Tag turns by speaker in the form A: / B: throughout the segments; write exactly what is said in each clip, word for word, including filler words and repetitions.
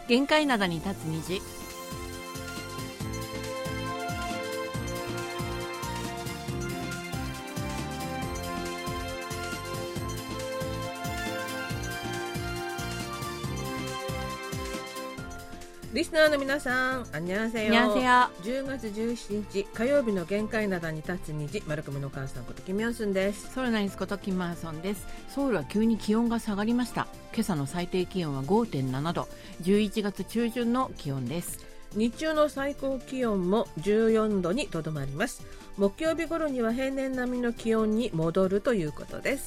A: 限界灘に立つ虹。
B: リスナーの皆さん、あんにゃんせよ。
A: にゃんせよ。
B: じゅうがつじゅうしちにち火曜日の限界灘に立つ虹、マルコムの母さんことキム・ヨンスンです。
A: ソルナイスことキム・ハソンです。ソウルは急に気温が下がりました。今朝の最低気温は ごてんななど、じゅういちがつ中旬の気温です。
B: 日中の最高気温もじゅうよんどにとどまります。木曜日頃には平年並みの気温に戻るということです。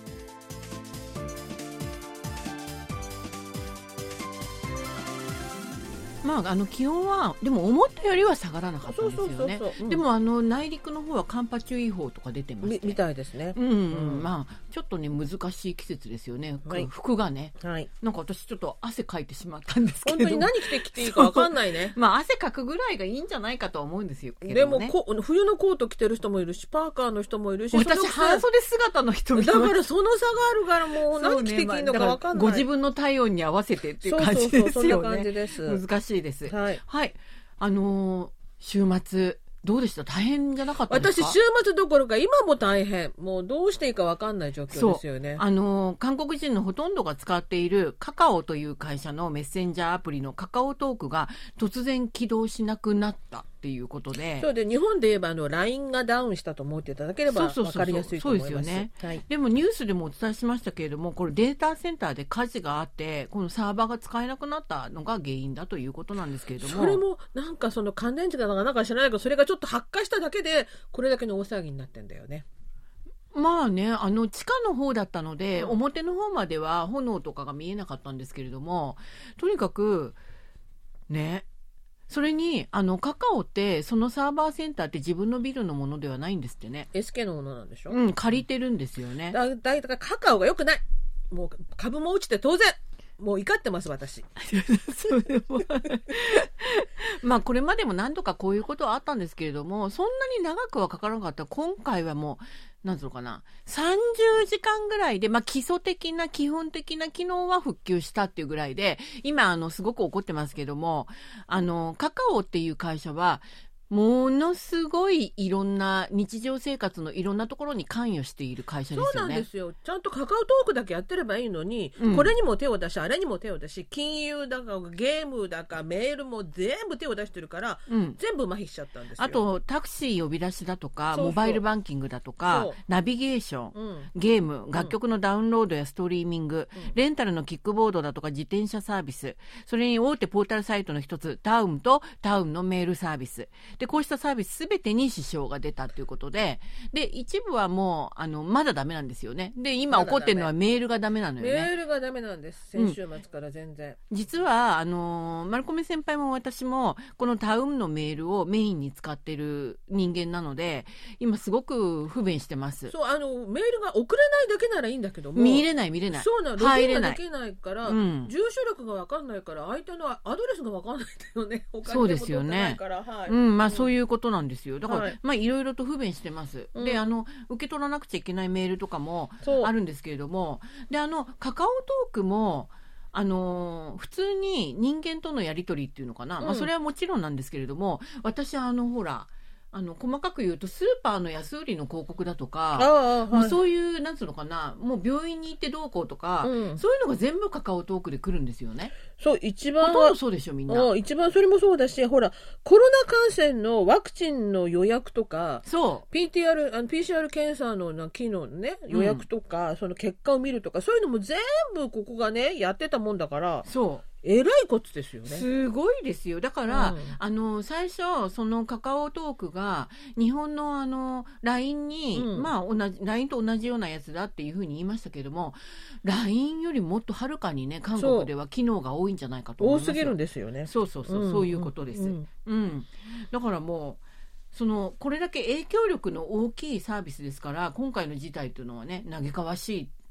A: まあ、あの気温はでも思ったよりは下がらなかったんですよね。でもあの内陸の方は寒波注意報とか出てまして
B: み, みたいですね、
A: うんうんうん、まあちょっとね難しい季節ですよね、はい、服がね、はい、なんか私ちょっと汗かいてしまったんですけど、
B: 本当に何着てきていいか分かんないね。
A: まあ汗かくぐらいがいいんじゃないかとは思うんですよ、ね、
B: でもこ冬のコート着てる人もいるし、パーカーの人もいるし、
A: 私半袖姿の人もいる。
B: だからその差があるからもう何着てきていいのか分かんない、
A: ご自分の体温に合わせてっていう感じですよね。そうそうそう、そんな感じです。難しいです。
B: はい、
A: はい、あのー、週末どうでした？大変じゃなかったですか？
B: 私週末どころか今も大変、もうどうしていいか分かんない状況ですよね。
A: あのー、韓国人のほとんどが使っているカカオという会社のメッセンジャーアプリのカカオトークが突然起動しなくなったっていうことで、
B: そうで日本で言えばあの ライン がダウンしたと思っていただければ分かりやすいと思います。
A: そうですよね、
B: はい、
A: でもニュースでもお伝えしましたけれども、これデータセンターで火事があってこのサーバーが使えなくなったのが原因だということなんですけれども、
B: それもなんかその乾電池かなんか知らないけど、それがちょっと発火しただけでこれだけの大騒ぎになってんだよね。
A: まあね、あの地下の方だったので、うん、表の方までは炎とかが見えなかったんですけれども、とにかくね、それにあのカカオってそのサーバーセンターって自分のビルのものではないんですってね。
B: エスケー のものなんでしょ、
A: うん、借りてるんですよね。
B: だだだからカカオが良くない、もう株も落ちて当然もう怒ってます私。
A: それもまあこれまでも何度かこういうことはあったんですけれども、そんなに長くはかからなかった。今回はもうなんていうのかな、さんじゅうじかんぐらいで、まあ、基礎的な基本的な機能は復旧したっていうぐらいで、今あのすごく怒ってますけども、あのカカオっていう会社はものすごいいろんな日常生活のいろんなところに関与している会社ですよね。
B: そうなんですよ。ちゃんとカカオトークだけやってればいいのに、うん、これにも手を出しあれにも手を出し、金融だかゲームだかメールも全部手を出してるから、うん、全部麻痺しちゃったんですよ。
A: あとタクシー呼び出しだとか、そうそうモバイルバンキングだとか、ナビゲーション、うん、ゲーム、楽曲のダウンロードやストリーミング、うん、レンタルのキックボードだとか自転車サービス、それに大手ポータルサイトの一つタウンとタウンのメールサービスで、こうしたサービスすべてに支障が出たということで、で一部はもうあのまだダメなんですよね。で今起こってるのはメールがダメなのよね。
B: メールがダメなんです。先週末から全然、うん、
A: 実はあのマルコメ先輩も私もこのタウンのメールをメインに使ってる人間なので、今すごく不便してます。
B: そう、あのメールが送れないだけならいいんだけども、
A: 見れない見れない、
B: そうなの、ログインができないから、うん、住所力が分かんないから相手のアドレスが分かんないんだよね。お金でも取ってないから、はい、
A: うん、まあそういうことなんですよ。だから、はい、まあいろいろと不便してます、うん、であの受け取らなくちゃいけないメールとかもあるんですけれども、であのカカオトークもあの普通に人間とのやり取りっていうのかな、うん、まあ、それはもちろんなんですけれども、私あのほらあの細かく言うとスーパーの安売りの広告だとか、あ、はい、そういうなんつうのかな、もう病院に行ってどうこうとか、うん、そういうのが全部カカオトークで来るんですよね。
B: そう一番
A: ほとんどそうでしょみんな。
B: 一番それもそうだし、ほらコロナ感染のワクチンの予約とか、
A: そう
B: ピーティーアール あの ピーシーアール 検査の機能のね予約とか、うん、その結果を見るとか、そういうのも全部ここがねやってたもんだから、そうえらいことですよね。
A: すごいですよ。だから、うん、あの最初そのカカオトークが日本のあの ライン に、うん、まあ同じ ライン と同じようなやつだっていうふうに言いましたけれども、 ライン よりもっとはるかにね韓国では機能が多いんじゃないかと思いますよ。
B: 多すぎるんですよね。
A: そうそうそう、うん、そういうことです、うんうん、だからもうそのこれだけ影響力の大きいサービスですから、今回の事態というのはね嘆かわしい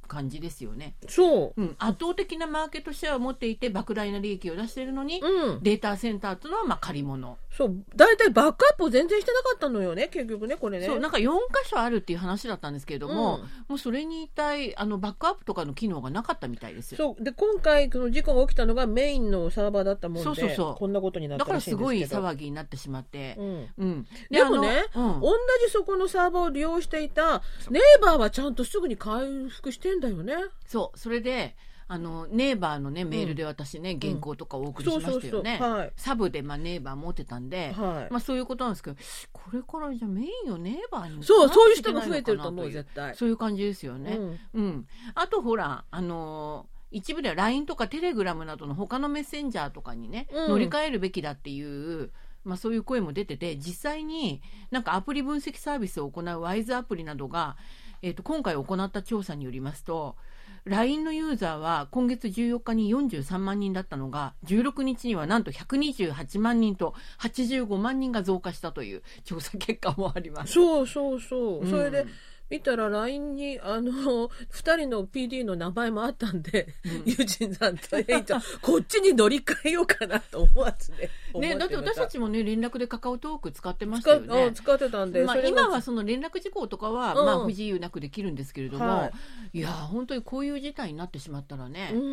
A: 感じですよね。
B: そう、
A: うん、圧倒的なマーケットシェアを持っていて莫大な利益を出しているのに、
B: うん、
A: データセンターというのはまあ借り物。
B: そうだいたいバックアップを全然してなかったのよね結局ねこれね。
A: そうなんかよんかしょあるっていう話だったんですけれども、うん、もうそれに一体あのバックアップとかの機能がなかったみたいです。
B: そうで今回この事故が起きたのがメインのサーバーだったもんで、
A: そうそうそう
B: こんなことになったらしいんですけど、
A: だからすごい騒ぎになってしまって、うん
B: うん、で, でもね、うん、同じそこのサーバーを利用していたネイバーはちゃんとすぐに回復してんだよね。そう
A: それであのネイバーの、ね、メールで私ね、うん、原稿とかお送りしましたよね。サブで、まあ、ネイバー持ってたんで、はいまあ、そういうことなんですけどこれからじゃあメインをネイバーに
B: そうそういう人が増えてると思う絶対
A: そういう感じですよね、うんうん、あとほらあのー一部では ライン とかテレグラムなどの他のメッセンジャーとかにね、うん、乗り換えるべきだっていう、まあ、そういう声も出てて実際になんかアプリ分析サービスを行うワイズアプリなどが、えーと、今回行った調査によりますとライン のユーザーは今月じゅうよっかによんじゅうさんまんにんだったのがじゅうろくにちにはなんとひゃくにじゅうはちまんにんとはちじゅうごまんにんが増加したという調査結果もあります。
B: そうそうそう、うん、それで見たら ライン にあのふたりの ピーディー の名前もあったんで、うん、ユージンさんとエイとこっちに乗り換えようかなと思わずね
A: ねだって私たちもね連絡でカカオトーク使ってましたよね。
B: 使, 使ってたんで、
A: まあ、今はその連絡事項とかは、うんまあ、不自由なくできるんですけれども、はい、いや本当にこういう事態になってしまったらね、うんうん、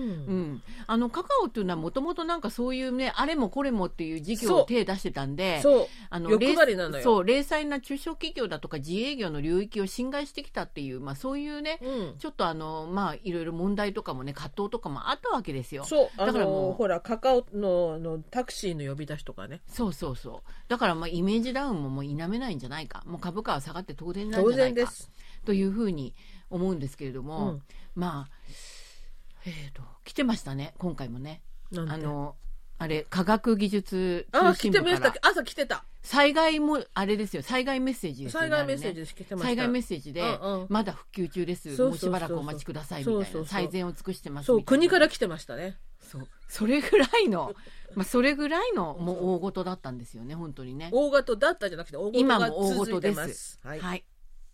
A: あのカカオっていうのはもともとなんかそういうねあれもこれもっていう事業を手出してたんで
B: そうあの欲張りなのよ。
A: そう零細な中小企業だとか自営業の領域を侵害してきたっていうまあ、そういうね、うん、ちょっとあのまあいろいろ問題とかもね葛藤とかもあったわけですよ。
B: そうだからもうほらカカオ の, のタクシーの呼び出しとかね。
A: そうそうそうだからまあイメージダウンももう否めないんじゃないかもう株価は下がって当然なんじゃないかというふうに思うんですけれども、うん、まあえーと来てましたね今回もねあのあれ科学技術通信部から
B: あ来てました朝来てた
A: 災害もあれですよ災害メッセージですよね。
B: 災害メッセージです来てました
A: 災害メッセージで、うんうん、まだ復旧中ですもうしばらくお待ちくださいみたいな最善を尽くしてますみたいなそう
B: 国から来てましたね。
A: そうそれぐらいのまあそれぐらいのもう大事だったんですよね本当にね。
B: 大事だったじゃなくて大事が続いてます。今も大事です。
A: はい、はい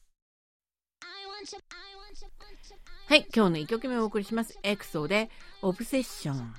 A: はい、今日のいっきょくめをお送りします。エクソでオブセッション。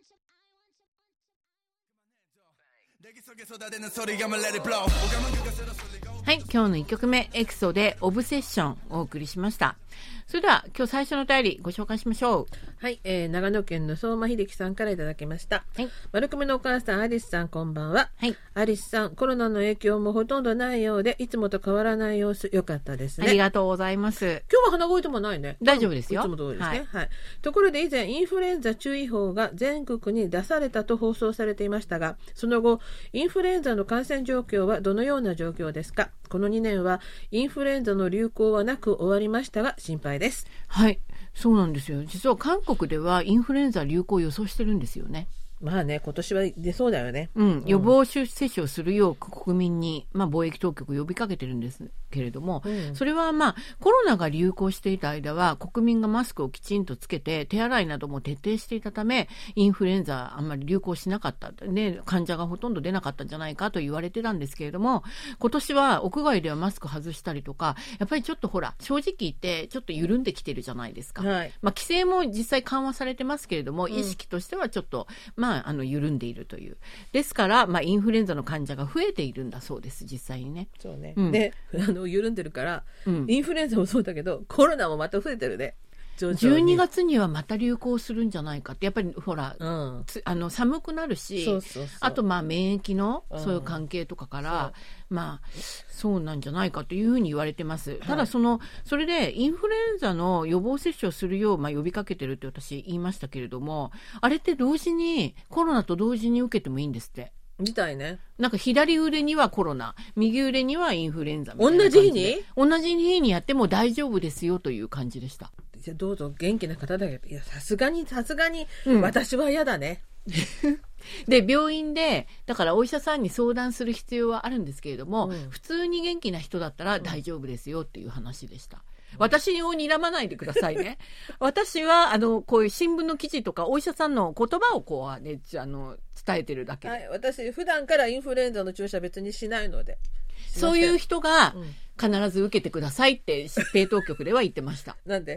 A: はい、今日のいっきょくめエクソでオブセッションをお送りしました。それでは今日最初のお便りご紹介しましょう。
B: はい、えー、長野県の相馬秀樹さんからいただきました、はい、丸亀のお母さんアリスさんこんばんは、はい、アリスさんコロナの影響もほとんどないようでいつもと変わらない様子よかったですね。
A: ありがとうございます。
B: 今日は鼻声でもないね。
A: 大丈夫ですよ。
B: いつも通りですね、はいはい、ところで以前インフルエンザ注意報が全国に出されたと放送されていましたがその後インフルエンザの感染状況はどのような状況ですか。このにねんはインフルエンザの流行はなく終わりましたが心配です。
A: はいそうなんですよ。実は韓国ではインフルエンザ流行を予想してるんですよね。
B: まあね今年は出そうだよね、
A: うん、予防接種をするよう国民に、まあ、防疫当局呼びかけてるんですけれども、うん、それはまあコロナが流行していた間は国民がマスクをきちんとつけて手洗いなども徹底していたためインフルエンザあんまり流行しなかった、ね、患者がほとんど出なかったんじゃないかと言われてたんですけれども今年は屋外ではマスク外したりとかやっぱりちょっとほら正直言ってちょっと緩んできてるじゃないですか、はいまあ、規制も実際緩和されてますけれども、うん、意識としてはちょっとまああの緩んでいるというですから、まあ、インフルエンザの患者が増えているんだそうです実際にね。
B: そうね、うん、であの緩んでるから、うん、インフルエンザもそうだけどコロナもまた増えてるね。
A: じゅうにがつにはまた流行するんじゃないかってやっぱりほら、うん、あの寒くなるしそうそうそうあとまあ免疫のそういう関係とかから、うん、まあそうなんじゃないかというふうに言われてます、はい、ただそのそれでインフルエンザの予防接種をするよう、まあ、呼びかけてるって私言いましたけれどもあれって同時にコロナと同時に受けてもいいんですって
B: みたいね。
A: なんか左腕にはコロナ右腕にはインフルエンザみたいな
B: 同じ日に
A: 同じ日にやっても大丈夫ですよという感じでした。
B: どうぞ元気な方だけどいやさすがにさすがに私は嫌だね、
A: うん、で病院でだからお医者さんに相談する必要はあるんですけれども、うん、普通に元気な人だったら大丈夫ですよっていう話でした、うん、私を睨まないでくださいね私はあのこういう新聞の記事とかお医者さんの言葉をこう、ね、あの伝えてるだけで、はい、
B: 私普段からインフルエンザの注射別にしないので
A: そういう人が必ず受けてくださいって疾病当局では言ってました
B: なんで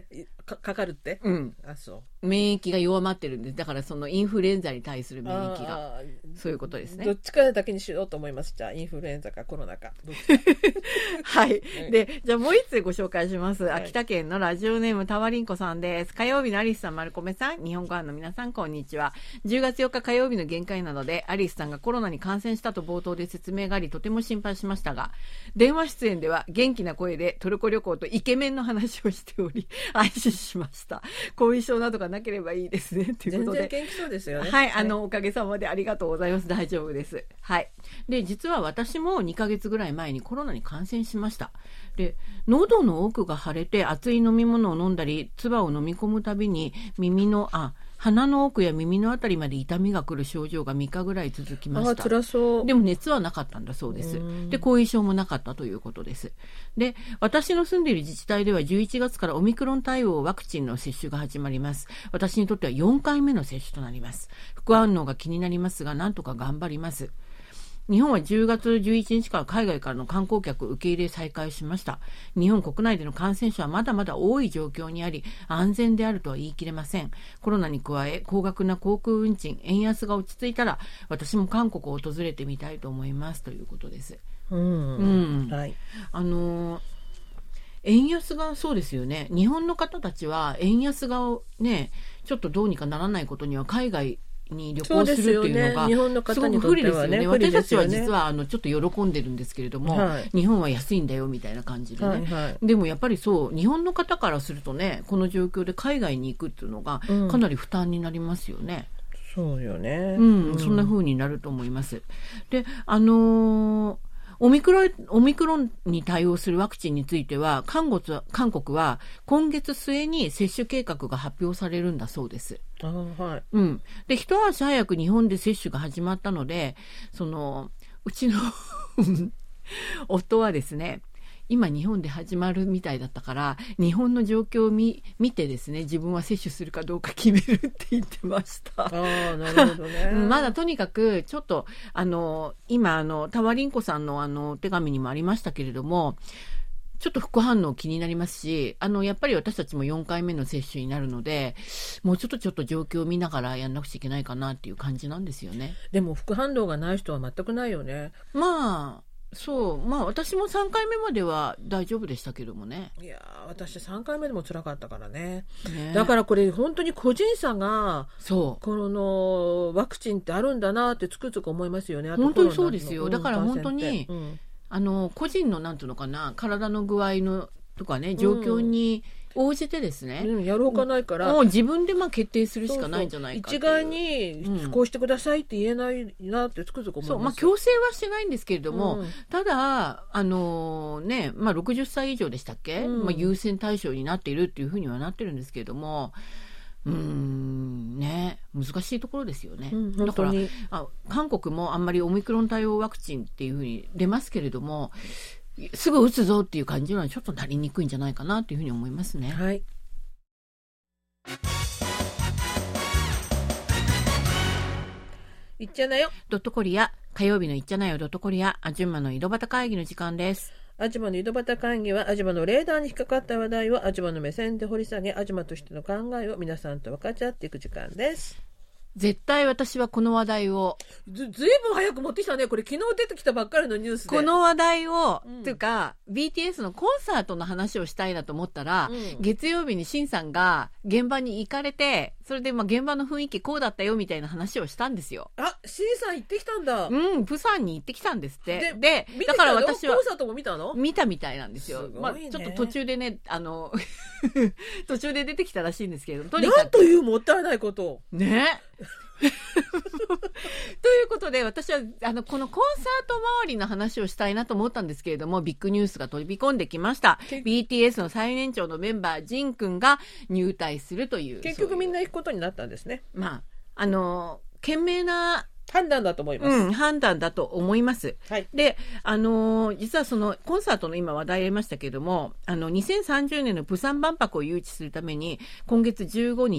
B: か, かかるって、
A: うん、
B: あそう
A: 免疫が弱まってるんです。だからそのインフルエンザに対する免疫がそういうことですね。
B: どっちかだけにしようと思います。じゃあインフルエンザかコロナかどっちか
A: はい、でじゃあもう一つご紹介します、はい、秋田県のラジオネームたわりんこさんです。火曜日のアリスさん、まるこめさん、日本語班の皆さん、こんにちは。じゅうがつよっか火曜日の限界なのでアリスさんがコロナに感染したと冒頭で説明があり、とても心配しましたが、電話出演では元気な声でトルコ旅行とイケメンの話をしており安心しました。後遺症などがなければいいですねということで、
B: 全然元気そうですよね。
A: はい、あのおかげさまでありがとうございます。大丈夫です。はい。で実は私もにかげつぐらい前にコロナに感染しました。で喉の奥が腫れて熱い飲み物を飲んだり唾を飲み込むたびに耳のあ鼻の奥や耳のあたりまで痛みが来る症状がみっかぐらい続きました。
B: あ、辛そう。
A: でも熱はなかったんだそうです。で後遺症もなかったということです。で私の住んでいる自治体ではじゅういちがつからオミクロン対応ワクチンの接種が始まります。私にとってはよんかいめの接種となります。副反応が気になりますがなんとか頑張ります。日本はじゅうがつじゅういちにちから海外からの観光客受け入れ再開しました。日本国内での感染者はまだまだ多い状況にあり、安全であるとは言い切れません。コロナに加え高額な航空運賃、円安が落ち着いたら私も韓国を訪れてみたいと思いますということです。
B: うん、うん、はい。
A: あのー円安がそうですよね。日本の方たちは円安がねちょっとどうにかならないことには海外に旅行するっていうのが
B: 日本の方にとってはね、
A: 私たちは実はあのちょっと喜んでるんですけれども、はい、日本は安いんだよみたいな感じでね、はいはい、でもやっぱりそう日本の方からするとねこの状況で海外に行くっていうのがかなり負担になりますよね、
B: うん、そうよね、
A: うんうん、そんな風になると思います。であのーオミクロン、オミクロンに対応するワクチンについては韓国は、韓国は今月末に接種計画が発表されるんだそうです。
B: あ、はい。
A: うん。で、一足早く日本で接種が始まったので、その、うちの夫はですね、今日本で始まるみたいだったから日本の状況を 見, 見てですね自分は接種するかどうか決めるって言ってました。
B: ああ、なるほどね
A: まだとにかくちょっとあの今あのタワリンコさんのあのお手紙にもありましたけれどもちょっと副反応気になりますしあのやっぱり私たちもよんかいめの接種になるのでもうちょっとちょっと状況を見ながらやんなくちゃいけないかなっていう感じなんですよね。
B: でも副反応がない人は全くないよね。
A: まあそうまあ私もさんかいめまでは大丈夫でしたけどもね。
B: いや私さんかいめでも辛かったからね。ねだからこれ本当に個人差がそうこのワクチンってあるんだなってつくづく思いますよね。あと
A: 本当にそうですよ、うん、だから本当に、うん、あの個人のなんていうのかな体の具合のとかね状況に応じてですね、
B: うん、やるほかないから
A: もう自分でまあ決定するしかないんじゃないかっていう。
B: 一概にこうしてくださいって言えないなってつくづく思います。そう、
A: まあ、強制はしてないんですけれども、うん、ただあのね、まあ、ろくじゅっさい以上でしたっけ、うんまあ、優先対象になっているっていうふうにはなってるんですけれどもうーんね難しいところですよね、うん、だからあ韓国もあんまりオミクロン対応ワクチンっていうふうに出ますけれどもすぐ打つぞっていう感じにはちょっとなりにくいんじゃないかなというふうに思いますね。
B: はい。いっちゃなよ
A: ドットコリア火曜日のいっちゃなよドットコリアアジュンマの井戸端会議の時間です。
B: アジマの井戸端会議はアジマのレーダーに引っかかった話題をアジマの目線で掘り下げアジマとしての考えを皆さんと分かち合っていく時間です。
A: 絶対私はこの話題を
B: ず, ずいぶん早く持ってきたね。これ昨日出てきたばっかりのニュースで
A: この話題を、うん、というか ビーティーエス のコンサートの話をしたいなと思ったら、うん、月曜日にシンさんが現場に行かれてそれでまあ現場の雰囲気こうだったよみたいな話をしたんですよ。
B: あ、シンさん行ってきたんだ。
A: うん、プサンに行ってきたんですって。
B: で、でだから私はコンサートも見たの？
A: 見たみたいなんですよ。
B: すごいね。
A: まあ、ちょっと途中でねあの途中で出てきたらしいんですけれども
B: とにかくなんというもったいないこと
A: ねということで私はあのこのコンサート周りの話をしたいなと思ったんですけれどもビッグニュースが飛び込んできました。 ビーティーエス の最年長のメンバージン君が入隊するという
B: 結局みんな行くことになったんですね。
A: まああの賢明な
B: 判断だと思います、
A: うん、判断だと思います、
B: はい、
A: であのー、実はそのコンサートの今話題ありましたけれどもあのにせんさんじゅうねんのプサン万博を誘致するために今月じゅうごにち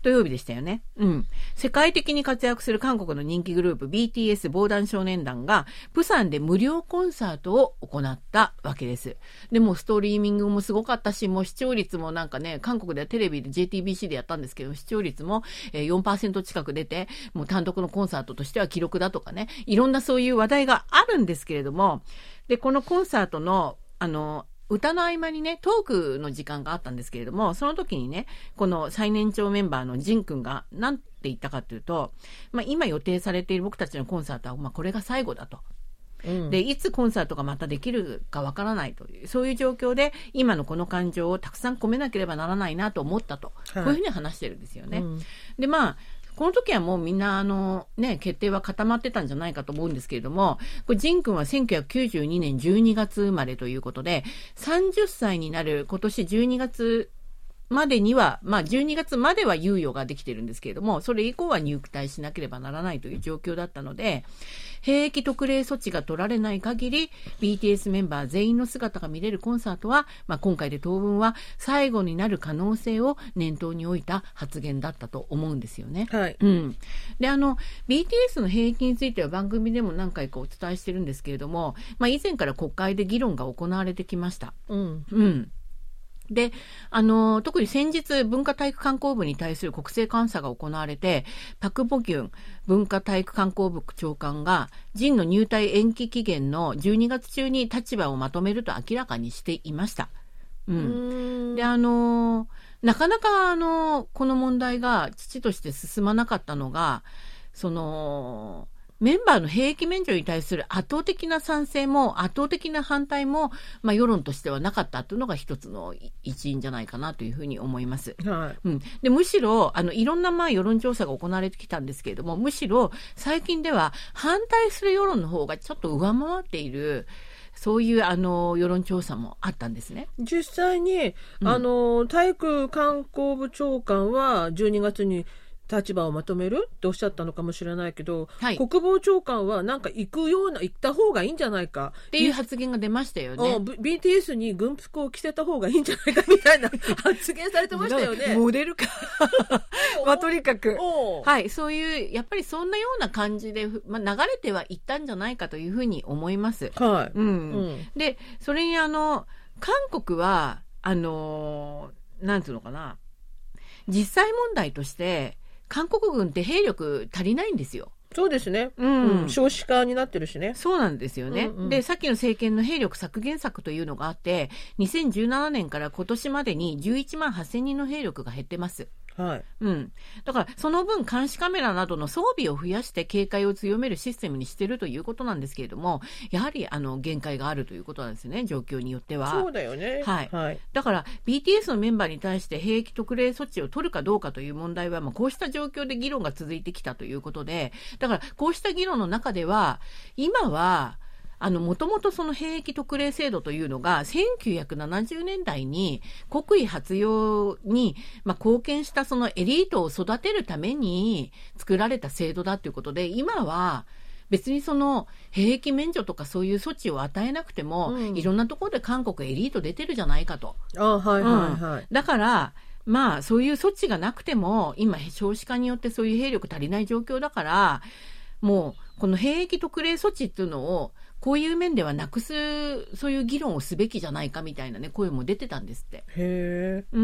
A: 土曜日でしたよね。うん。世界的に活躍する韓国の人気グループ ビーティーエス 防弾少年団が、プサンで無料コンサートを行ったわけです。でもストリーミングもすごかったし、もう視聴率もなんかね、韓国ではテレビで ジェーティービーシー でやったんですけど、視聴率も よんパーセント 近く出て、もう単独のコンサートとしては記録だとかね、いろんなそういう話題があるんですけれども、で、このコンサートの、あの、歌の合間にね、トークの時間があったんですけれども、その時にね、この最年長メンバーのジン君が何て言ったかというと、まあ、今予定されている僕たちのコンサートは、まあ、これが最後だと。うん、で、いつコンサートがまたできるかわからないという、そういう状況で、今のこの感情をたくさん込めなければならないなと思ったと、はい、こういうふうに話してるんですよね。うん、で、まあ、この時はもうみんなあのね、決定は固まってたんじゃないかと思うんですけれども、これジン君はせんきゅうひゃくきゅうじゅうにねんじゅうにがつ生まれということで、さんじゅっさいになる今年じゅうにがつまでには、まあじゅうにがつまでは猶予ができてるんですけれども、それ以降は入隊しなければならないという状況だったので、兵役特例措置が取られない限り、ビーティーエス メンバー全員の姿が見れるコンサートは、まあ今回で当分は最後になる可能性を念頭に置いた発言だったと思うんですよね。
B: はい。
A: うん。で、あの、ビーティーエス の兵役については番組でも何回かお伝えしてるんですけれども、まあ以前から国会で議論が行われてきました。
B: うん。
A: うん。で、あの、特に先日、文化体育観光部に対する国政監査が行われて、パク・ボギュン文化体育観光部長官が、ジンの入隊延期期限のじゅうにがつ中に立場をまとめると明らかにしていました。うん。
B: うん
A: で、あの、なかなか、あの、この問題が父として進まなかったのが、その、メンバーの兵役免除に対する圧倒的な賛成も圧倒的な反対も、まあ、世論としてはなかったというのが一つの一因じゃないかなというふうに思います。
B: はい。
A: うん、でむしろあのいろんなまあ世論調査が行われてきたんですけれども、むしろ最近では反対する世論の方がちょっと上回っている、そういうあの世論調査もあったんですね。
B: 実際に、うん、あの体育観光部長官はじゅうにがつに立場をまとめるっておっしゃったのかもしれないけど、はい、国防長官はなんか行くような、行った方がいいんじゃないか
A: っていう発言が出ましたよね。
B: ビーティーエス に軍服を着せた方がいいんじゃないかみたいな発言されてましたよね。
A: モデルかまあとにかく、はい、そういうやっぱりそんなような感じで、まあ、流れてはいったんじゃないかというふうに思います。
B: はい。
A: うん
B: うん、
A: でそれにあの韓国はあのなんていうのかな、実際問題として韓国軍って兵力足りないんですよ。
B: そうですね、
A: うん
B: うん、少子化になってるしね。
A: そうなんですよね、
B: うんうん、
A: でさっきの政権の兵力削減策というのがあって、にせんじゅうななねんから今年までにじゅういちまんはっせんにんの兵力が減ってます。
B: はい。
A: うん、だからその分監視カメラなどの装備を増やして警戒を強めるシステムにしているということなんですけれども、やはりあの限界があるということなんですよね、状況によっては。
B: そうだよね、
A: はい
B: はい、
A: だから ビーティーエス のメンバーに対して兵役特例措置を取るかどうかという問題は、まあ、こうした状況で議論が続いてきたということで、だからこうした議論の中では今はあの、もともとその兵役特例制度というのが、せんきゅうひゃくななじゅうねんだいに国威発揚に、まあ、貢献したそのエリートを育てるために作られた制度だということで、今は別にその兵役免除とかそういう措置を与えなくても、うん、いろんなところで韓国エリート出てるじゃないかと。
B: あ、はいはいはい。
A: うん、だから、まあそういう措置がなくても、今少子化によってそういう兵力足りない状況だから、もうこの兵役特例措置っていうのをこういう面ではなくす、そういう議論をすべきじゃないかみたいなね、声も出てたんですって。
B: へー。
A: うん。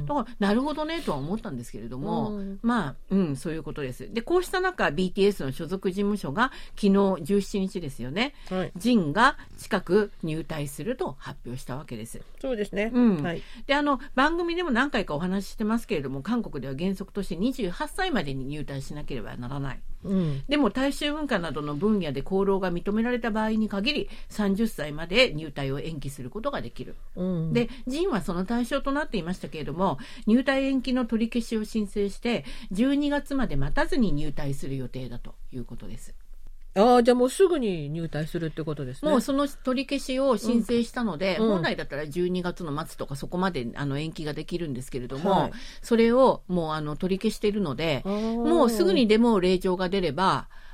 A: だから、なるほどね、とは思ったんですけれども、うん、まあ、うん、そういうことです。で、こうした中、ビーティーエス の所属事務所が、昨日じゅうしちにちですよね、
B: はい、
A: ジンが近く入隊すると発表したわけです。
B: そうですね。
A: うん。
B: はい。
A: で、あの、番組でも何回かお話ししてますけれども、韓国では原則としてにじゅうはっさいまでに入隊しなければならない。
B: うん、
A: でも大衆文化などの分野で功労が認められた場合に限りさんじゅっさいまで入隊を延期することができる、
B: うん、
A: でジンはその対象となっていましたけれども、入隊延期の取り消しを申請してじゅうにがつまで待たずに入隊する予定だということです。
B: ああ、じゃあもうすぐに入隊するってことですね。
A: もうその取り消しを申請したので、
B: うん、
A: 本来だったらじゅうにがつの末とかそこまであの延期ができるんですけれども、
B: はい、
A: それをもうあの取り消しているので、もうすぐにでも令状が出れば、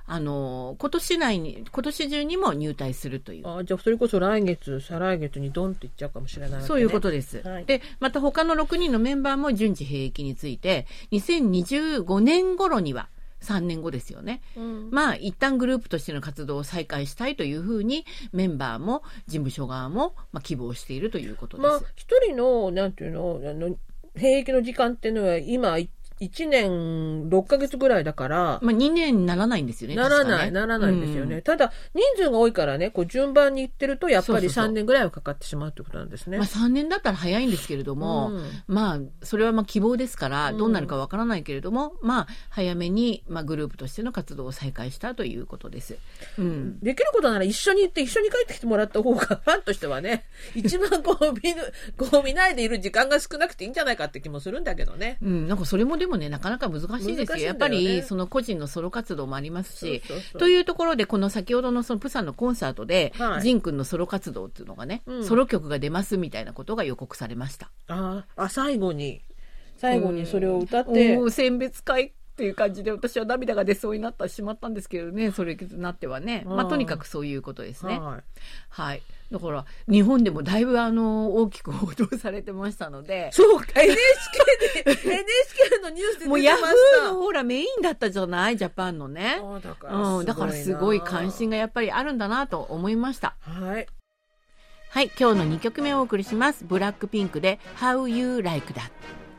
A: あの今年内に今年中にも入隊するという。
B: あ、じゃあそれこそ来月再来月にドンといっちゃうかもしれないわけね。
A: そういうことです、はい、でまた他のろくにんのメンバーも順次兵役についてにせんにじゅうごねん頃にはさんねんごですよね、うん、まあ一旦グループとしての活動を再開したいというふうにメンバーも事務所側も、まあ、希望しているということです。まあ、
B: 一人のなんていうの、あの兵役の時間っていうのは今いちねんろっかげつぐらいだから、
A: まあ、にねんにならないんですよね。
B: ならない、ね、ならないんですよね、うん、ただ人数が多いからね、こう順番にいってるとやっぱりさんねんぐらいはかかってしまうということなんですね。
A: そうそうそう、まあ、さんねんだったら早いんですけれども、うん、まあそれはまあ希望ですからどうなるかわからないけれども、うん、まあ早めにまあグループとしての活動を再開したということです、うん、
B: できることなら一緒に行って一緒に帰ってきてもらった方がファンとしてはね一番こう 見, こう見ないでいる時間が少なくていいんじゃないかって気もするんだけどね、
A: うん、なんかそれもでもねなかなか難しいですよ、ね、やっぱりその個人のソロ活動もありますし、そうそうそう、というところでこの先ほどのそのプサンのコンサートで、はい、ジン君のソロ活動っていうのがね、うん、ソロ曲が出ますみたいなことが予告されました。
B: ああ、最後に最後にそれを歌って、
A: うん、選別会っていう感じで私は涙が出そうになってしまったんですけどね、それになってはね、まあ、とにかくそういうことですね。はい、はい、だから日本でもだいぶあの大きく報道されてましたので、
B: そうか エヌエイチケー で エヌエイチケー のニュースで出てました。もうヤフ
A: ーのほらメインだったじゃない、ジャパンのね。だから、うん、だからすごい関心がやっぱりあるんだなと思いました。
B: はい、
A: はい、今日のにきょくめをお送りします。ブラックピンクで How You Like That。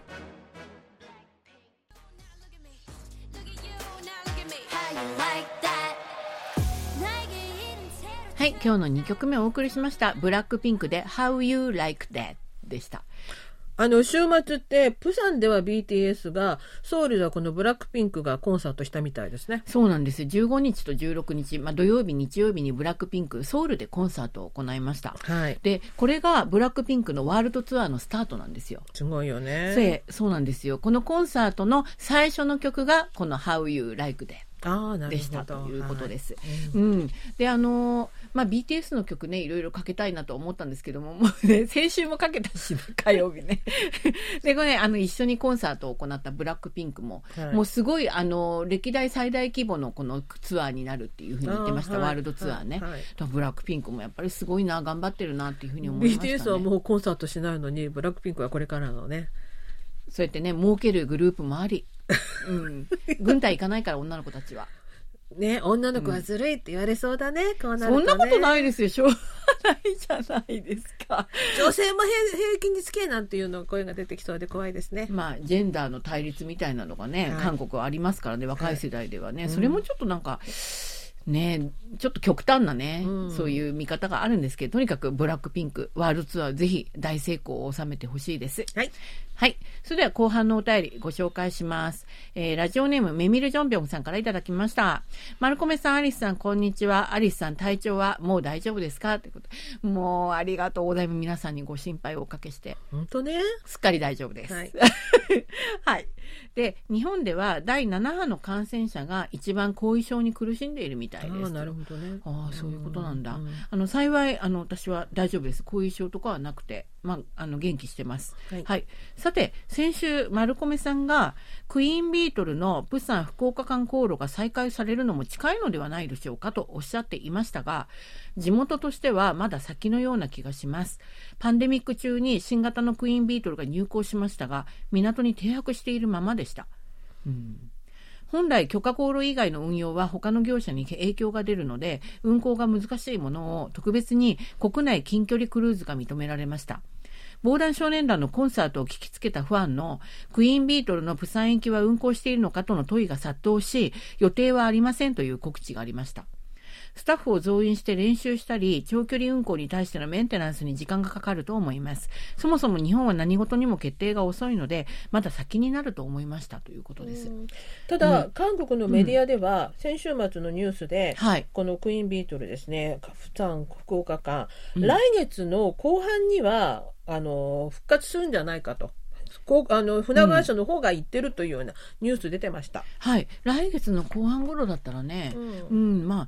A: はい、今日のにきょくめをお送りしました。ブラックピンクで How You Like That でした。
B: あの週末ってプサンでは ビーティーエス が、ソウルではこのブラックピンクがコンサートしたみたいですね。
A: そうなんですよ。じゅうごにちとじゅうろくにち、まあ、土曜日日曜日にブラックピンクソウルでコンサートを行いました、はい、でこれがブラックピンクのワールドツアーのスタートなんですよ。
B: すごいよね。
A: そうなんですよ。このコンサートの最初の曲がこの How You Like Thatでしたということです。はい、うんうん、であのーまあ、ビーティーエス の曲ねいろいろかけたいなと思ったんですけども、もうね、先週もかけたし、ね、火曜日ねでこれ、ね、あの一緒にコンサートを行ったブラックピンクも、はい、もうすごいあの歴代最大規模のこのツアーになるっていうふうに言ってました。ワールドツアーね、はいはい、ブラックピンクもやっぱりすごいな、頑張ってるなっていうふうに思いましたね。
B: ビーティーエス はもうコンサートしないのにブラックピンクはこれからのね、
A: そうやってね儲けるグループもあり、うん、軍隊行かないから女の子たちは
B: ね、女の子はずるいって言われそうだね、うん、こうなるとね。
A: そんなことないですよ、しょうがないじゃないですか。
B: 女性も平均につけなんていうの声が出てきそうで怖いですね。
A: まあジェンダーの対立みたいなのがね、はい、韓国はありますからね、若い世代ではね、はい、それもちょっとなんか、うんね、ちょっと極端なね、うん、そういう見方があるんですけど、とにかくブラックピンクワールドツアーぜひ大成功を収めてほしいです。はい、はい、それでは後半のお便りご紹介します。えー、ラジオネームメミルジョンビョンさんからいただきました。マルコメさん、アリスさん、こんにちは。アリスさん、体調はもう大丈夫ですかということで、もうありがとうございます。皆さんにご心配をおかけして
B: 本当ね、
A: すっかり大丈夫です。はい、はい、で日本ではだいななはの感染者が一番後遺症に苦しんでいるみたいです。
B: あ、なるほどね。
A: ああ、そういうことなんだ。あの幸いあの私は大丈夫です。後遺症とかはなくて、まあ、あの元気してます。はい、はい、さて先週マルコメさんがクイーンビートルのプサン福岡間航路が再開されるのも近いのではないでしょうかとおっしゃっていましたが、地元としてはまだ先のような気がします。パンデミック中に新型のクイーンビートルが入港しましたが、港に停泊しているままでした。うん、本来許可航路以外の運用は他の業者に影響が出るので運航が難しいものを特別に国内近距離クルーズが認められました。防弾少年団のコンサートを聞きつけたファンのクイーンビートルのプサン行きは運航しているのかとの問いが殺到し、予定はありませんという告知がありました。スタッフを増員して練習したり長距離運航に対してのメンテナンスに時間がかかると思います。そもそも日本は何事にも決定が遅いのでまだ先になると思いましたということです。
B: ただ、うん、韓国のメディアでは、うん、先週末のニュースで、はい、このクイーンビートルですね、プサン福岡間、うん、来月の後半にはあの復活するんじゃないかと、こうあの船会社の方が言ってるというようなニュース出てました。
A: うん、はい、来月の後半頃だったらね、うん、うん、まあ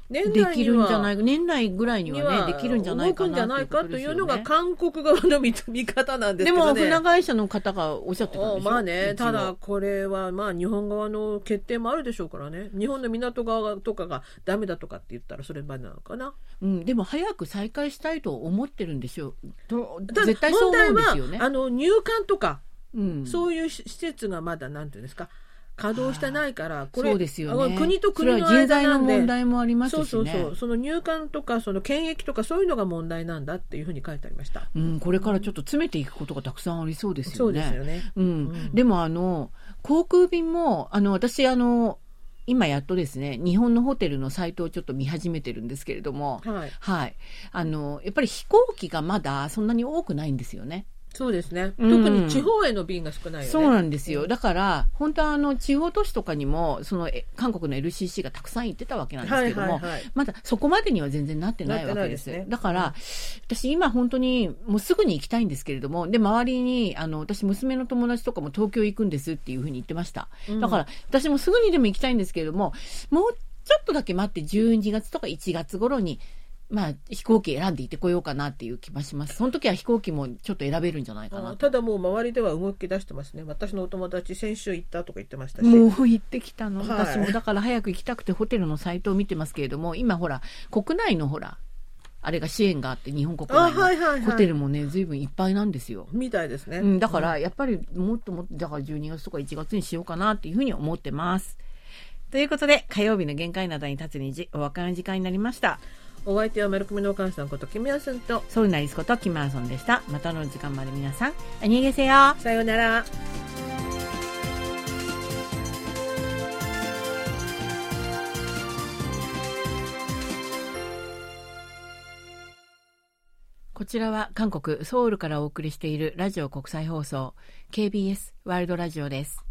B: 年
A: で
B: 内には
A: きるんじゃない年内ぐらいにはねできるんじゃないかな
B: というのが韓国側の見方なんですけどね。
A: でも船会社の方がおっしゃってたんでしょ。
B: まあね、ただこれはまあ日本側の決定もあるでしょうからね。日本の港側とかがダメだとかって言ったらそれまでなのかな。
A: うん、でも早く再開したいと思ってるんでしょう。絶対そう思うんですよね。
B: 問題はあの入管とか、うん、そういう施設がまだなんていうんですか。稼働してないからこれ
A: そうですよね、
B: 国と国の間なんで
A: 人材の問題もありますしね。
B: そうそうそう、その入管とかその検疫とかそういうのが問題なんだっていうふうに書いてありました、
A: うん、これからちょっと詰めていくことがたくさんありそうですよね。
B: そうですよね、
A: うんうん、でもあの航空便もあの私あの今やっとですね日本のホテルのサイトをちょっと見始めてるんですけれども、はいはい、あのやっぱり飛行機がまだそんなに多くないんですよね。
B: そうですね、うん、特に地方への便が少ないよね。
A: そうなんですよ。だから本当はあの地方都市とかにもその韓国の エルシーシー がたくさん行ってたわけなんですけども、はいはいはい、まだそこまでには全然なってないわけです。ですね、だから、うん、私今本当にもうすぐに行きたいんですけれども、で周りにあの私娘の友達とかも東京行くんですっていうふうに言ってました、うん、だから私もすぐにでも行きたいんですけれども、もうちょっとだけ待ってじゅうにがつとかいちがつ頃にまあ、飛行機選んで行ってこようかなっていう気がします。その時は飛行機もちょっと選べるんじゃないかなと。
B: ただもう周りでは動き出してますね。私のお友達先週行ったとか言ってましたし。
A: もう行ってきたの、はい、私もだから早く行きたくてホテルのサイトを見てますけれども、今ほら国内のほらあれが支援があって日本国内のホテルもね随分いっぱいなんですよ。
B: みたいですね、
A: うん、だからやっぱりもっともっとだからじゅうにがつとかいちがつにしようかなっていうふうに思ってます。ということで火曜日の限界などに立つ虹お別れの時間になりました。
B: お相手は丸組のお母さんことキムヤスンと
A: ソウルナリスことキムヤソンでした。またの時間まで皆さんアニゲセヨ。
B: さようなら。
A: こちらは韓国ソウルからお送りしているラジオ国際放送 ケービーエス ワールドラジオです。